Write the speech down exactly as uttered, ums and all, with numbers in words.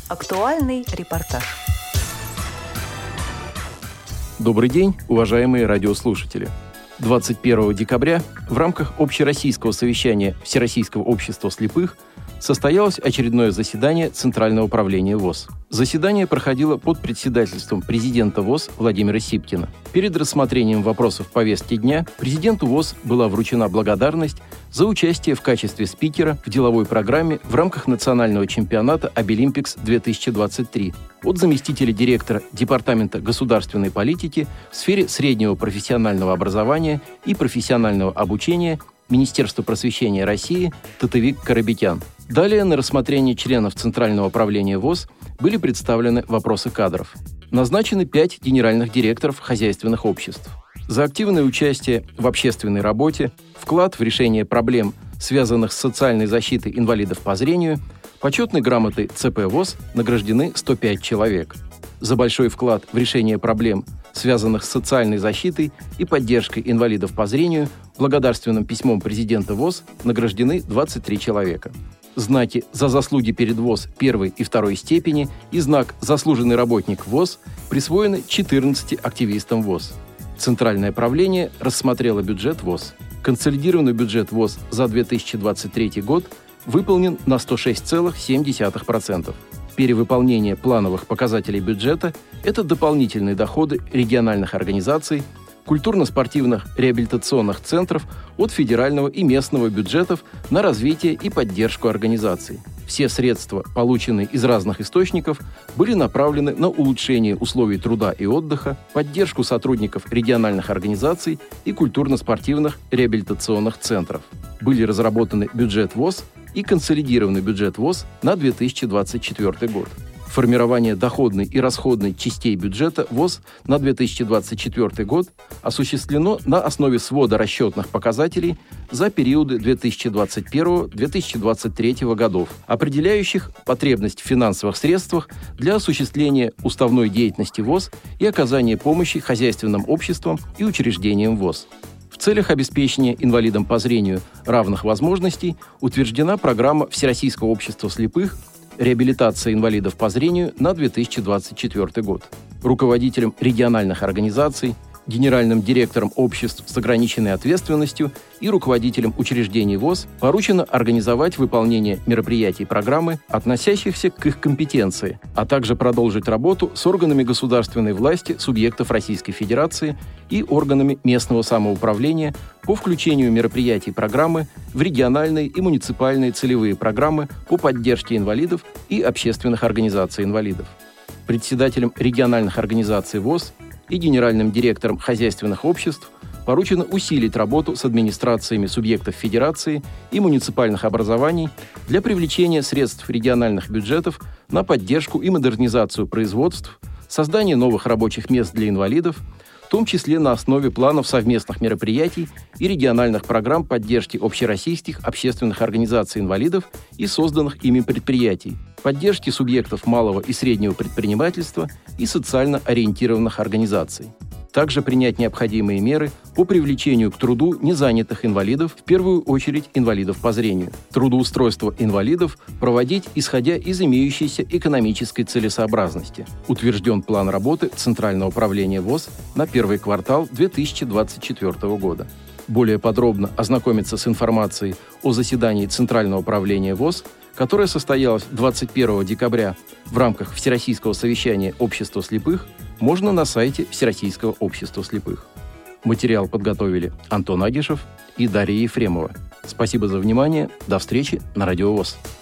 Актуальный репортаж. Добрый день, уважаемые радиослушатели. двадцать первого декабря в рамках общероссийского совещания Всероссийского общества слепых состоялось очередное заседание Центрального управления ВОС. Заседание проходило под председательством президента ВОС Владимира Сипкина. Перед рассмотрением вопросов повестки дня президенту ВОС была вручена благодарность за участие в качестве спикера в деловой программе в рамках национального чемпионата «Обилимпикс-две тысячи двадцать три» от заместителя директора Департамента государственной политики в сфере среднего профессионального образования и профессионального обучения Министерства просвещения России Татевик Карабекян. Далее на рассмотрение членов Центрального управления ВОС были представлены вопросы кадров. Назначены пять генеральных директоров хозяйственных обществ. За активное участие в общественной работе, вклад в решение проблем, связанных с социальной защитой инвалидов по зрению, почетной грамотой ЦП ВОС награждены сто пять человек. За большой вклад в решение проблем, связанных с социальной защитой и поддержкой инвалидов по зрению, благодарственным письмом президента ВОС награждены двадцать три человека. Знаки «За заслуги перед ВОС» первой и второй степени и знак «Заслуженный работник ВОС» присвоены четырнадцати активистам ВОС. Центральное правление рассмотрело бюджет ВОС. Консолидированный бюджет ВОС за две тысячи двадцать третий год выполнен на сто шесть целых семь десятых процента. Перевыполнение плановых показателей бюджета – это дополнительные доходы региональных организаций, культурно-спортивных реабилитационных центров от федерального и местного бюджетов на развитие и поддержку организаций. Все средства, полученные из разных источников, были направлены на улучшение условий труда и отдыха, поддержку сотрудников региональных организаций и культурно-спортивных реабилитационных центров. Были разработаны бюджет ВОС и консолидированный бюджет ВОС на две тысячи двадцать четвёртый год. Формирование доходной и расходной частей бюджета ВОС на две тысячи двадцать четвёртый год осуществлено на основе свода расчетных показателей за периоды две тысячи двадцать первого — две тысячи двадцать третьего годов, определяющих потребность в финансовых средствах для осуществления уставной деятельности ВОС и оказания помощи хозяйственным обществам и учреждениям ВОС. В целях обеспечения инвалидам по зрению равных возможностей утверждена программа Всероссийского общества слепых «Реабилитация инвалидов по зрению» на две тысячи двадцать четвёртый год. Руководителям региональных организаций, генеральным директорам обществ с ограниченной ответственностью и руководителям учреждений ВОС поручено организовать выполнение мероприятий программы, относящихся к их компетенции, а также продолжить работу с органами государственной власти субъектов Российской Федерации и органами местного самоуправления по включению мероприятий программы в региональные и муниципальные целевые программы по поддержке инвалидов и общественных организаций инвалидов. Председателям региональных организаций ВОС и генеральным директорам хозяйственных обществ поручено усилить работу с администрациями субъектов Федерации и муниципальных образований для привлечения средств региональных бюджетов на поддержку и модернизацию производств, создание новых рабочих мест для инвалидов, в том числе на основе планов совместных мероприятий и региональных программ поддержки общероссийских общественных организаций инвалидов и созданных ими предприятий, поддержки субъектов малого и среднего предпринимательства и социально ориентированных организаций. Также принять необходимые меры по привлечению к труду незанятых инвалидов, в первую очередь инвалидов по зрению. Трудоустройство инвалидов проводить, исходя из имеющейся экономической целесообразности. Утвержден план работы Центрального управления ВОС на первый квартал две тысячи двадцать четвёртого года. Более подробно ознакомиться с информацией о заседании Центрального управления ВОС, которое состоялось двадцать первого декабря в рамках Всероссийского совещания Общества слепых, можно на сайте Всероссийского общества слепых. Материал подготовили Антон Агишев и Дарья Ефремова. Спасибо за внимание. До встречи на Радио ВОС.